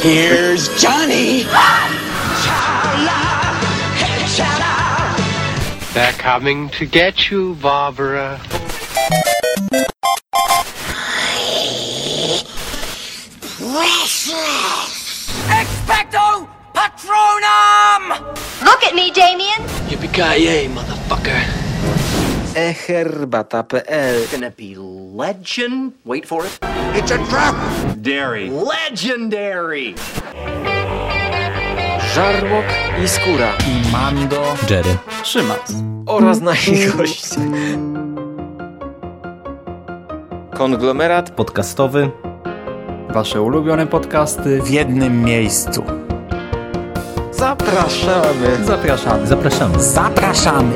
Here's Johnny. They're coming to get you, Barbara. Expecto Patronum! Look at me, Damien. Yippee-ki-yay, motherfucker. Herbata.pl. Gonna be legend. Wait for it. It's a trap. Dairy. Legendary. Żarłok i Skóra. I Mando, Jerry, Szymas. Oraz nasi goście. Konglomerat podcastowy. Wasze ulubione podcasty w jednym miejscu. Zapraszamy. Zapraszamy. Zapraszamy. Zapraszamy.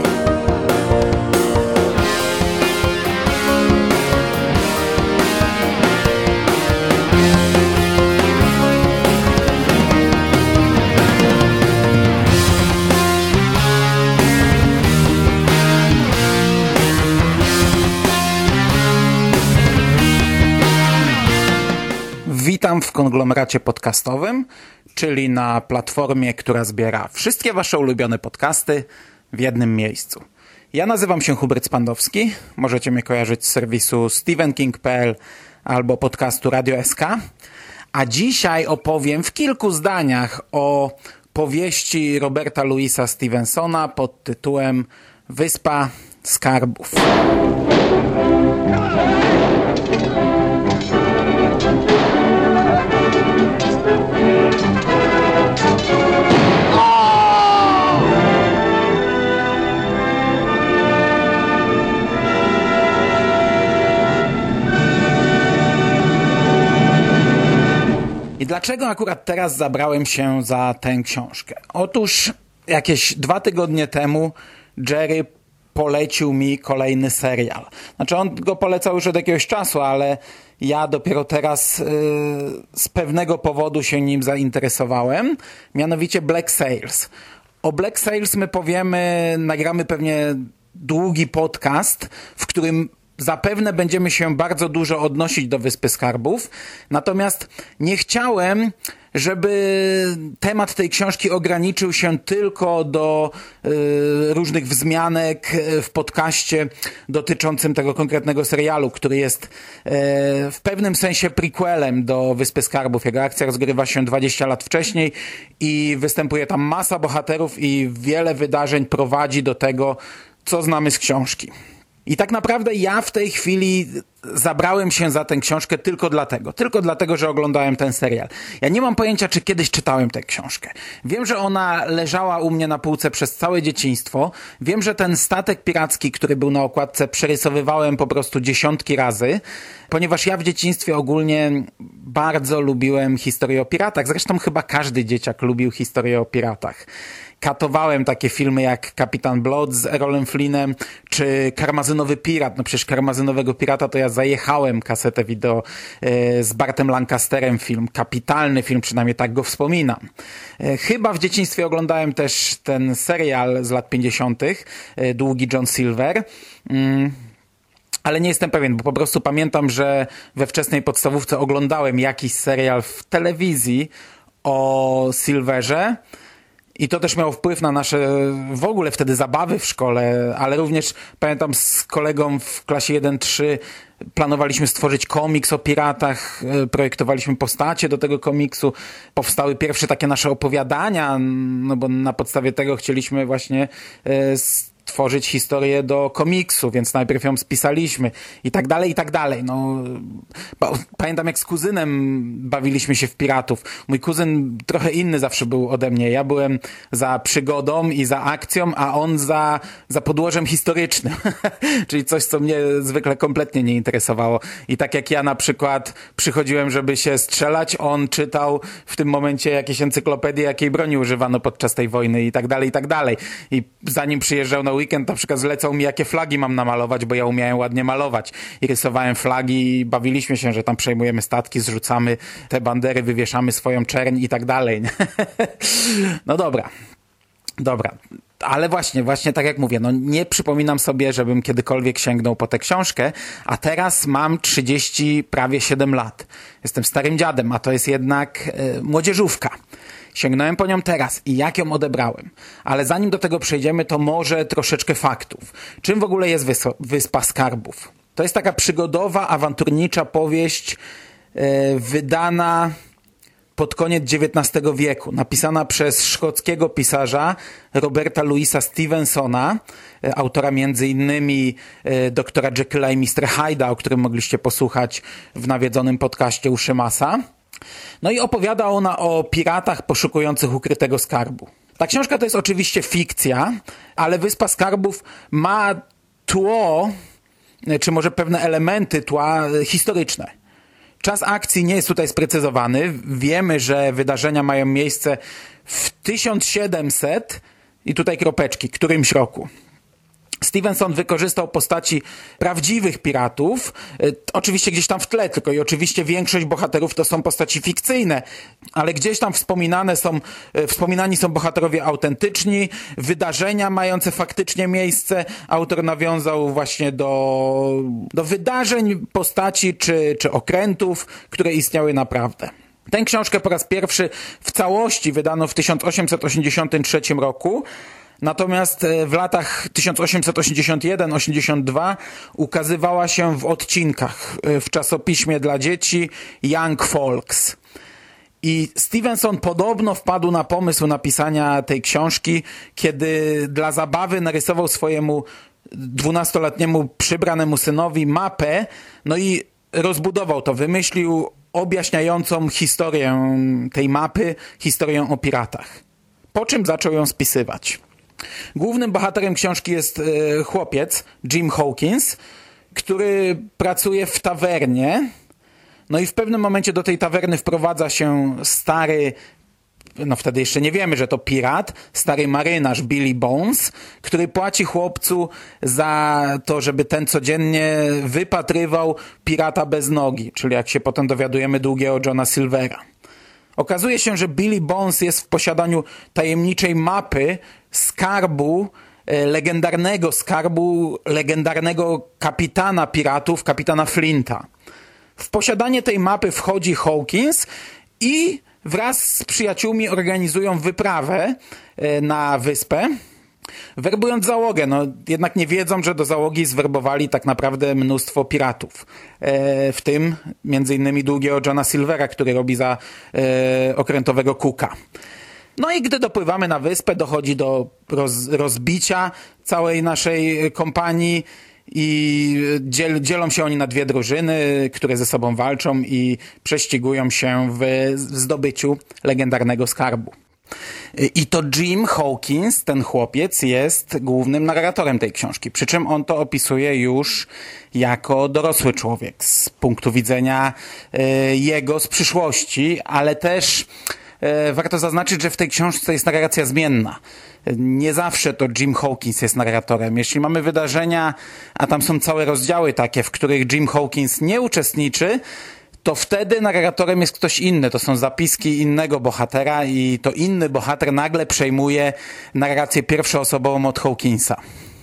Witam w konglomeracie podcastowym, czyli na platformie, która zbiera wszystkie wasze ulubione podcasty w jednym miejscu. Ja nazywam się Hubert Spandowski, możecie mnie kojarzyć z serwisu stephenking.pl albo podcastu Radio SK, a dzisiaj opowiem w kilku zdaniach o powieści Roberta Louisa Stevensona pod tytułem Wyspa Skarbów. I dlaczego akurat teraz zabrałem się za tę książkę? Otóż jakieś 2 tygodnie temu Jerry polecił mi kolejny serial. Znaczy on go polecał już od jakiegoś czasu, ale ja dopiero teraz z pewnego powodu się nim zainteresowałem, mianowicie Black Sails. O Black Sails my nagramy pewnie długi podcast, w którym zapewne będziemy się bardzo dużo odnosić do Wyspy Skarbów, natomiast nie chciałem, żeby temat tej książki ograniczył się tylko do różnych wzmianek w podcaście dotyczącym tego konkretnego serialu, który jest w pewnym sensie prequelem do Wyspy Skarbów. Jego akcja rozgrywa się 20 lat wcześniej i występuje tam masa bohaterów i wiele wydarzeń prowadzi do tego, co znamy z książki. I tak naprawdę ja w tej chwili zabrałem się za tę książkę tylko dlatego, że oglądałem ten serial. Ja nie mam pojęcia, czy kiedyś czytałem tę książkę. Wiem, że ona leżała u mnie na półce przez całe dzieciństwo. Wiem, że ten statek piracki, który był na okładce, przerysowywałem po prostu dziesiątki razy, ponieważ ja w dzieciństwie ogólnie bardzo lubiłem historię o piratach. Zresztą chyba każdy dzieciak lubił historię o piratach. Katowałem takie filmy jak Kapitan Blood z Errolem Flynnem, czy Karmazynowy Pirat. No przecież Karmazynowego Pirata to ja zajechałem kasetę wideo z Bartem Lancasterem film. Kapitalny film, przynajmniej tak go wspominam. Chyba w dzieciństwie oglądałem też ten serial z lat 50. Długi John Silver. Ale nie jestem pewien, bo po prostu pamiętam, że we wczesnej podstawówce oglądałem jakiś serial w telewizji o Silverze. I to też miało wpływ na nasze w ogóle wtedy zabawy w szkole, ale również pamiętam z kolegą w klasie 1-3 planowaliśmy stworzyć komiks o piratach, projektowaliśmy postacie do tego komiksu, powstały pierwsze takie nasze opowiadania, no bo na podstawie tego chcieliśmy właśnie tworzyć historię do komiksu, więc najpierw ją spisaliśmy i tak dalej, i tak dalej. No, pamiętam jak z kuzynem bawiliśmy się w piratów. Mój kuzyn trochę inny zawsze był ode mnie. Ja byłem za przygodą i za akcją, a on za podłożem historycznym. Czyli coś, co mnie zwykle kompletnie nie interesowało. I tak jak ja na przykład przychodziłem, żeby się strzelać, on czytał w tym momencie jakieś encyklopedie, jakiej broni używano podczas tej wojny i tak dalej, i tak dalej. I zanim przyjeżdżał na weekend, na przykład zlecał mi, jakie flagi mam namalować, bo ja umiałem ładnie malować. I rysowałem flagi i bawiliśmy się, że tam przejmujemy statki, zrzucamy te bandery, wywieszamy swoją czerń i tak dalej. No dobra. Ale właśnie tak jak mówię, no nie przypominam sobie, żebym kiedykolwiek sięgnął po tę książkę, a teraz mam prawie 7 lat. Jestem starym dziadem, a to jest jednak młodzieżówka. Sięgnąłem po nią teraz i jak ją odebrałem. Ale zanim do tego przejdziemy, to może troszeczkę faktów. Czym w ogóle jest Wyspa Skarbów? To jest taka przygodowa, awanturnicza powieść wydana pod koniec XIX wieku, napisana przez szkockiego pisarza Roberta Louisa Stevensona, autora między innymi doktora Jekylla i Mr. Hyde'a, o którym mogliście posłuchać w nawiedzonym podcaście u Szymasa. No i opowiada ona o piratach poszukujących ukrytego skarbu. Ta książka to jest oczywiście fikcja, ale Wyspa Skarbów ma tło, czy może pewne elementy tła historyczne. Czas akcji nie jest tutaj sprecyzowany. Wiemy, że wydarzenia mają miejsce w 1700 i tutaj kropeczki, którymś roku. Stevenson wykorzystał postaci prawdziwych piratów, oczywiście gdzieś tam w tle, tylko i oczywiście większość bohaterów to są postaci fikcyjne, ale gdzieś tam wspominani są bohaterowie autentyczni, wydarzenia mające faktycznie miejsce. Autor nawiązał właśnie do wydarzeń, postaci czy okrętów, które istniały naprawdę. Tę książkę po raz pierwszy w całości wydano w 1883 roku, natomiast w latach 1881-82 ukazywała się w odcinkach w czasopiśmie dla dzieci Young Folks. I Stevenson podobno wpadł na pomysł napisania tej książki, kiedy dla zabawy narysował swojemu 12-letniemu przybranemu synowi mapę, no i rozbudował to, wymyślił objaśniającą historię tej mapy, historię o piratach. Po czym zaczął ją spisywać. Głównym bohaterem książki jest chłopiec, Jim Hawkins, który pracuje w tawernie. No i w pewnym momencie do tej tawerny wprowadza się stary, no wtedy jeszcze nie wiemy, że to pirat, stary marynarz Billy Bones, który płaci chłopcu za to, żeby ten codziennie wypatrywał pirata bez nogi, czyli jak się potem dowiadujemy, długiego Johna Silvera. Okazuje się, że Billy Bones jest w posiadaniu tajemniczej mapy skarbu, legendarnego kapitana piratów, kapitana Flinta. W posiadanie tej mapy wchodzi Hawkins i wraz z przyjaciółmi organizują wyprawę na wyspę, werbując załogę. No, jednak nie wiedzą, że do załogi zwerbowali tak naprawdę mnóstwo piratów. W tym między innymi długiego Johna Silvera, który robi za okrętowego Cooka. No i gdy dopływamy na wyspę, dochodzi do rozbicia całej naszej kompanii i dzielą się oni na dwie drużyny, które ze sobą walczą i prześcigują się w zdobyciu legendarnego skarbu. I to Jim Hawkins, ten chłopiec, jest głównym narratorem tej książki. Przy czym on to opisuje już jako dorosły człowiek z punktu widzenia jego z przyszłości, ale też warto zaznaczyć, że w tej książce jest narracja zmienna. Nie zawsze to Jim Hawkins jest narratorem. Jeśli mamy wydarzenia, a tam są całe rozdziały takie, w których Jim Hawkins nie uczestniczy, to wtedy narratorem jest ktoś inny. To są zapiski innego bohatera i to inny bohater nagle przejmuje narrację pierwszoosobową od Hawkinsa.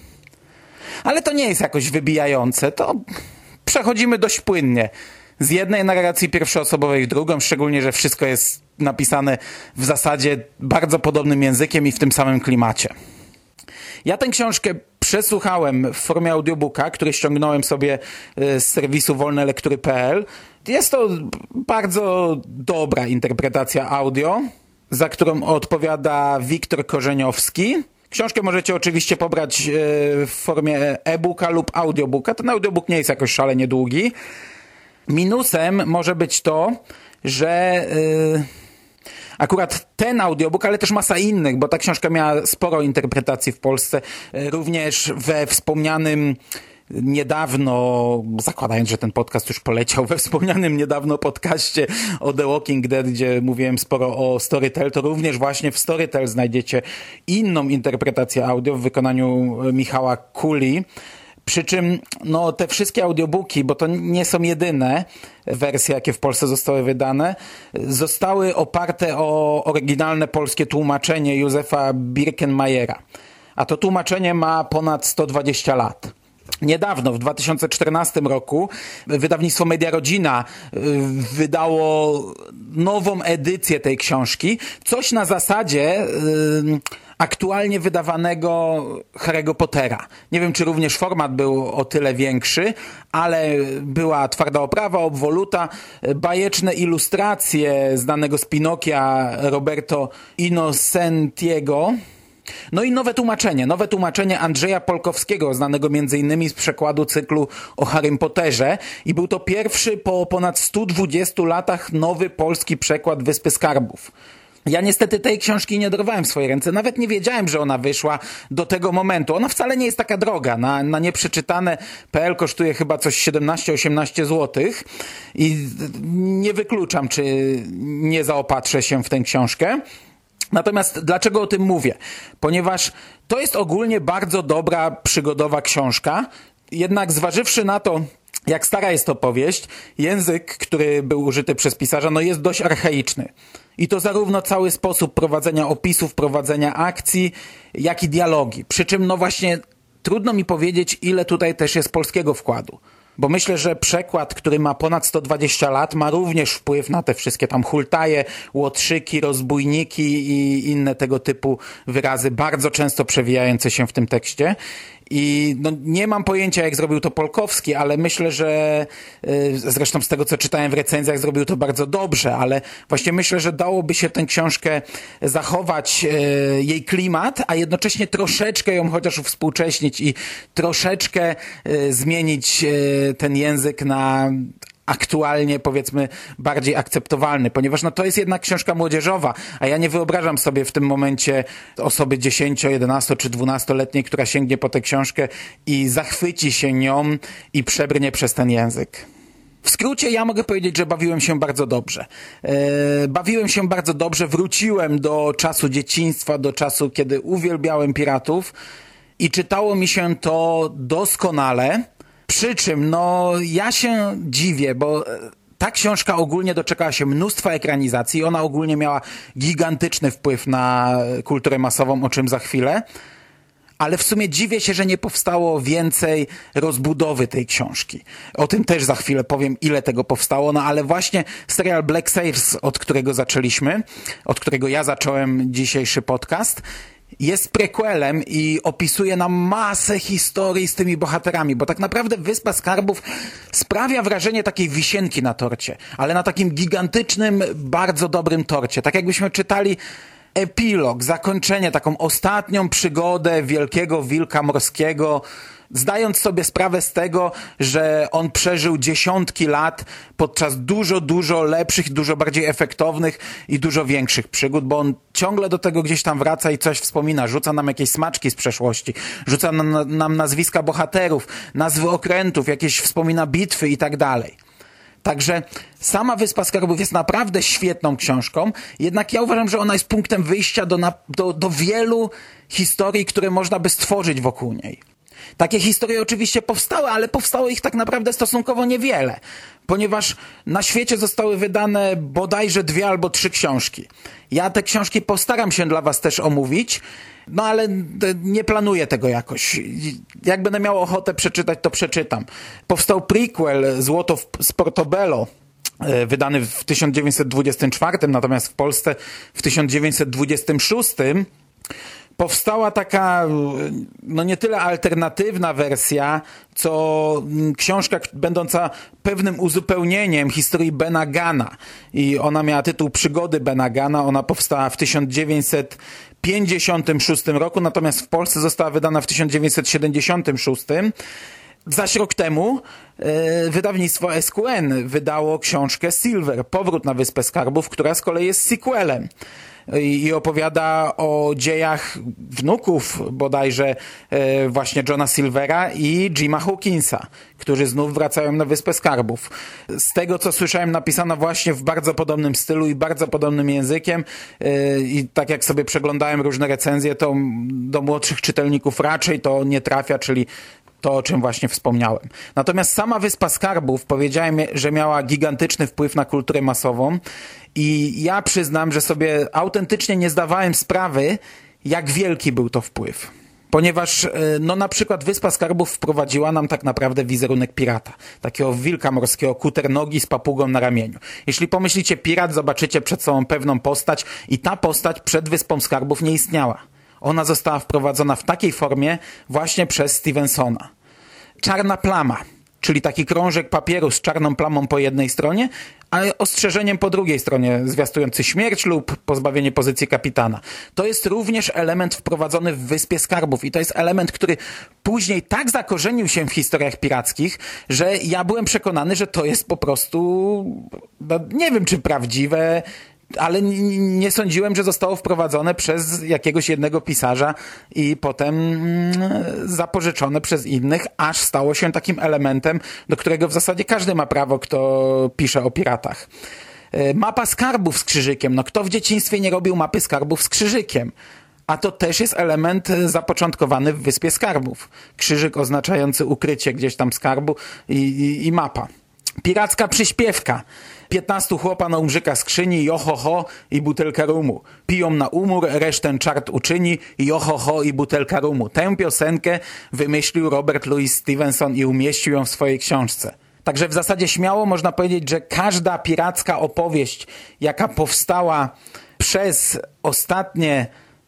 Ale to nie jest jakoś wybijające. To przechodzimy dość płynnie z jednej narracji pierwszoosobowej w drugą, szczególnie, że wszystko jest napisane w zasadzie bardzo podobnym językiem i w tym samym klimacie. Ja tę książkę przesłuchałem w formie audiobooka, który ściągnąłem sobie z serwisu wolnelektury.pl. Jest to bardzo dobra interpretacja audio, za którą odpowiada Wiktor Korzeniowski. Książkę możecie oczywiście pobrać w formie e-booka lub audiobooka. Ten audiobook nie jest jakoś szalenie długi. Minusem może być to, że akurat ten audiobook, ale też masa innych, bo ta książka miała sporo interpretacji w Polsce, również we wspomnianym niedawno, zakładając, że ten podcast już poleciał, we wspomnianym niedawno podcaście o The Walking Dead, gdzie mówiłem sporo o Storytel, to również właśnie w Storytel znajdziecie inną interpretację audio w wykonaniu Michała Kuli. Przy czym no, te wszystkie audiobooki, bo to nie są jedyne wersje, jakie w Polsce zostały wydane, zostały oparte o oryginalne polskie tłumaczenie Józefa Birkenmajera. a to tłumaczenie ma ponad 120 lat. Niedawno, w 2014 roku, wydawnictwo Media Rodzina wydało nową edycję tej książki. Coś na zasadzie aktualnie wydawanego Harry'ego Pottera. Nie wiem, czy również format był o tyle większy, ale była twarda oprawa, obwoluta, bajeczne ilustracje znanego z Pinokia Roberto Innocentiego. No i nowe tłumaczenie Andrzeja Polkowskiego, znanego m.in. z przekładu cyklu o Harrym Potterze, i był to pierwszy po ponad 120 latach nowy polski przekład Wyspy Skarbów. Ja niestety tej książki nie dorwałem w swoje ręce, nawet nie wiedziałem, że ona wyszła do tego momentu. Ona wcale nie jest taka droga, na nieprzeczytane.pl kosztuje chyba coś 17-18 zł i nie wykluczam, czy nie zaopatrzę się w tę książkę. Natomiast dlaczego o tym mówię? Ponieważ to jest ogólnie bardzo dobra, przygodowa książka, jednak zważywszy na to, jak stara jest to powieść, język, który był użyty przez pisarza, no jest dość archaiczny. I to zarówno cały sposób prowadzenia opisów, prowadzenia akcji, jak i dialogi. Przy czym no właśnie trudno mi powiedzieć, ile tutaj też jest polskiego wkładu. Bo myślę, że przekład, który ma ponad 120 lat, ma również wpływ na te wszystkie tam hultaje, łotrzyki, rozbójniki i inne tego typu wyrazy, bardzo często przewijające się w tym tekście. I no, nie mam pojęcia, jak zrobił to Polkowski, ale myślę, że zresztą z tego, co czytałem w recenzjach, zrobił to bardzo dobrze, ale właśnie myślę, że dałoby się tę książkę zachować, jej klimat, a jednocześnie troszeczkę ją chociaż uwspółcześnić i troszeczkę zmienić ten język na aktualnie, powiedzmy, bardziej akceptowalny, ponieważ no to jest jednak książka młodzieżowa, a ja nie wyobrażam sobie w tym momencie osoby 10, 11 czy 12-letniej, która sięgnie po tę książkę i zachwyci się nią i przebrnie przez ten język. W skrócie ja mogę powiedzieć, że bawiłem się bardzo dobrze. Wróciłem do czasu dzieciństwa, do czasu, kiedy uwielbiałem piratów i czytało mi się to doskonale. Przy czym, no, ja się dziwię, bo ta książka ogólnie doczekała się mnóstwa ekranizacji. Ona ogólnie miała gigantyczny wpływ na kulturę masową, o czym za chwilę. Ale w sumie dziwię się, że nie powstało więcej rozbudowy tej książki. O tym też za chwilę powiem, ile tego powstało. No ale właśnie serial Black Sails, od którego zaczęliśmy, od którego ja zacząłem dzisiejszy podcast, jest prequelem i opisuje nam masę historii z tymi bohaterami, bo tak naprawdę Wyspa Skarbów sprawia wrażenie takiej wisienki na torcie, ale na takim gigantycznym, bardzo dobrym torcie. Tak jakbyśmy czytali epilog, zakończenie, taką ostatnią przygodę wielkiego wilka morskiego, zdając sobie sprawę z tego, że on przeżył dziesiątki lat podczas dużo lepszych, dużo bardziej efektownych i dużo większych przygód, bo on ciągle do tego gdzieś tam wraca i coś wspomina, rzuca nam jakieś smaczki z przeszłości, rzuca nam nazwiska bohaterów, nazwy okrętów, jakieś wspomina bitwy i tak dalej. Także sama Wyspa Skarbów jest naprawdę świetną książką, jednak ja uważam, że ona jest punktem wyjścia do wielu historii, które można by stworzyć wokół niej. Takie historie oczywiście powstały, ale powstało ich tak naprawdę stosunkowo niewiele, ponieważ na świecie zostały wydane bodajże 2 albo 3 książki. Ja te książki postaram się dla was też omówić, no ale nie planuję tego jakoś. Jak będę miał ochotę przeczytać, to przeczytam. Powstał prequel Złoto z Portobello, wydany w 1924, natomiast w Polsce w 1926. Powstała taka, no nie tyle alternatywna wersja, co książka będąca pewnym uzupełnieniem historii Bena Gunna. I ona miała tytuł Przygody Bena Gunna. Ona powstała w 1956 roku, natomiast w Polsce została wydana w 1976. Zaś rok temu wydawnictwo SQN wydało książkę Silver, Powrót na Wyspę Skarbów, która z kolei jest sequelem. I opowiada o dziejach wnuków bodajże właśnie Johna Silvera i Jima Hawkinsa, którzy znów wracają na Wyspę Skarbów. Z tego, co słyszałem, napisano właśnie w bardzo podobnym stylu i bardzo podobnym językiem i tak jak sobie przeglądałem różne recenzje, to do młodszych czytelników raczej to nie trafia, czyli to, o czym właśnie wspomniałem. Natomiast sama Wyspa Skarbów, powiedziałem, że miała gigantyczny wpływ na kulturę masową i ja przyznam, że sobie autentycznie nie zdawałem sprawy, jak wielki był to wpływ. ponieważ no na przykład Wyspa Skarbów wprowadziła nam tak naprawdę wizerunek pirata. Takiego wilka morskiego, kuternogi z papugą na ramieniu. Jeśli pomyślicie pirat, zobaczycie przed sobą pewną postać i ta postać przed Wyspą Skarbów nie istniała. Ona została wprowadzona w takiej formie właśnie przez Stevensona. Czarna plama, czyli taki krążek papieru z czarną plamą po jednej stronie, a ostrzeżeniem po drugiej stronie, zwiastujący śmierć lub pozbawienie pozycji kapitana. To jest również element wprowadzony w Wyspie Skarbów i to jest element, który później tak zakorzenił się w historiach pirackich, że ja byłem przekonany, że to jest po prostu, no, nie wiem czy prawdziwe, ale nie sądziłem, że zostało wprowadzone przez jakiegoś jednego pisarza i potem zapożyczone przez innych, aż stało się takim elementem, do którego w zasadzie każdy ma prawo, kto pisze o piratach. Mapa skarbów z krzyżykiem. No kto w dzieciństwie nie robił mapy skarbów z krzyżykiem? A to też jest element zapoczątkowany w Wyspie Skarbów. Krzyżyk oznaczający ukrycie gdzieś tam skarbu i mapa. Piracka przyśpiewka. 15 chłopa na umrzyka skrzyni, johoho i butelka rumu. Piją na umór, resztę czart uczyni, johoho i butelka rumu. Tę piosenkę wymyślił Robert Louis Stevenson i umieścił ją w swojej książce. Także w zasadzie śmiało można powiedzieć, że każda piracka opowieść, jaka powstała przez ostatnie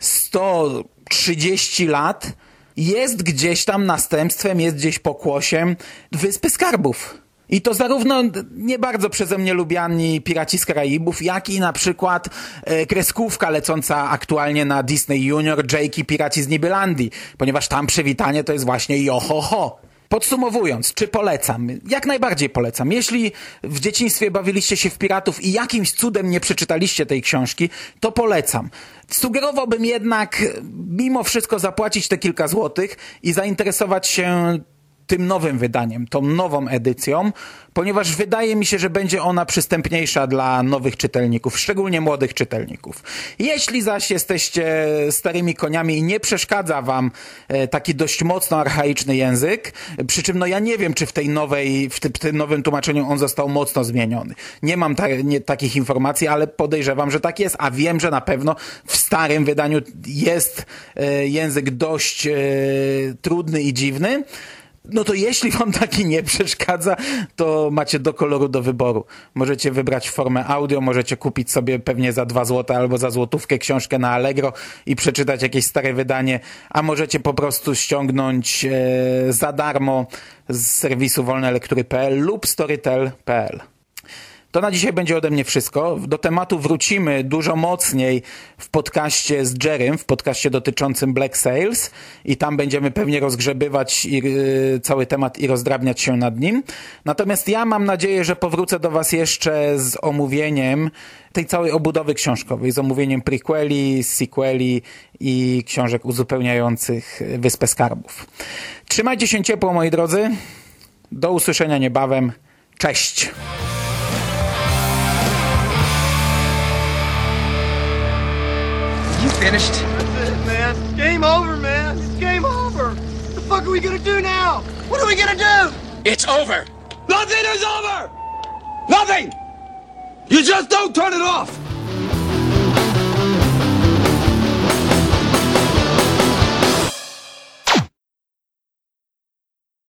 130 lat, jest gdzieś tam następstwem, jest gdzieś pokłosiem Wyspy Skarbów. I to zarówno nie bardzo przeze mnie lubiani Piraci z Karaibów, jak i na przykład kreskówka lecąca aktualnie na Disney Junior, Jake i Piraci z Nibylandii, ponieważ tam przywitanie to jest właśnie johoho. Podsumowując, czy polecam? Jak najbardziej polecam. Jeśli w dzieciństwie bawiliście się w piratów i jakimś cudem nie przeczytaliście tej książki, to polecam. Sugerowałbym jednak mimo wszystko zapłacić te kilka złotych i zainteresować się tym nowym wydaniem, tą nową edycją, ponieważ wydaje mi się, że będzie ona przystępniejsza dla nowych czytelników, szczególnie młodych czytelników. Jeśli zaś jesteście starymi koniami i nie przeszkadza wam taki dość mocno archaiczny język, przy czym no ja nie wiem, czy w tym nowym tłumaczeniu on został mocno zmieniony. Nie mam takich informacji, ale podejrzewam, że tak jest, a wiem, że na pewno w starym wydaniu jest język dość trudny i dziwny. No to jeśli wam taki nie przeszkadza, to macie do koloru do wyboru. Możecie wybrać formę audio, możecie kupić sobie pewnie za 2 zł albo za złotówkę książkę na Allegro i przeczytać jakieś stare wydanie, a możecie po prostu ściągnąć za darmo z serwisu wolnelektury.pl lub storytel.pl. To na dzisiaj będzie ode mnie wszystko. Do tematu wrócimy dużo mocniej w podcaście z Jerrym, w podcaście dotyczącym Black Sails i tam będziemy pewnie rozgrzebywać cały temat i rozdrabniać się nad nim. Natomiast ja mam nadzieję, że powrócę do was jeszcze z omówieniem tej całej obudowy książkowej, z omówieniem prequeli, sequeli i książek uzupełniających Wyspę Skarbów. Trzymajcie się ciepło, moi drodzy. Do usłyszenia niebawem. Cześć! You finished? That's it, man. Game over, man. It's game over. What the fuck are we gonna do now? What are we gonna do? It's over. Nothing is over! Nothing! You just don't turn it off!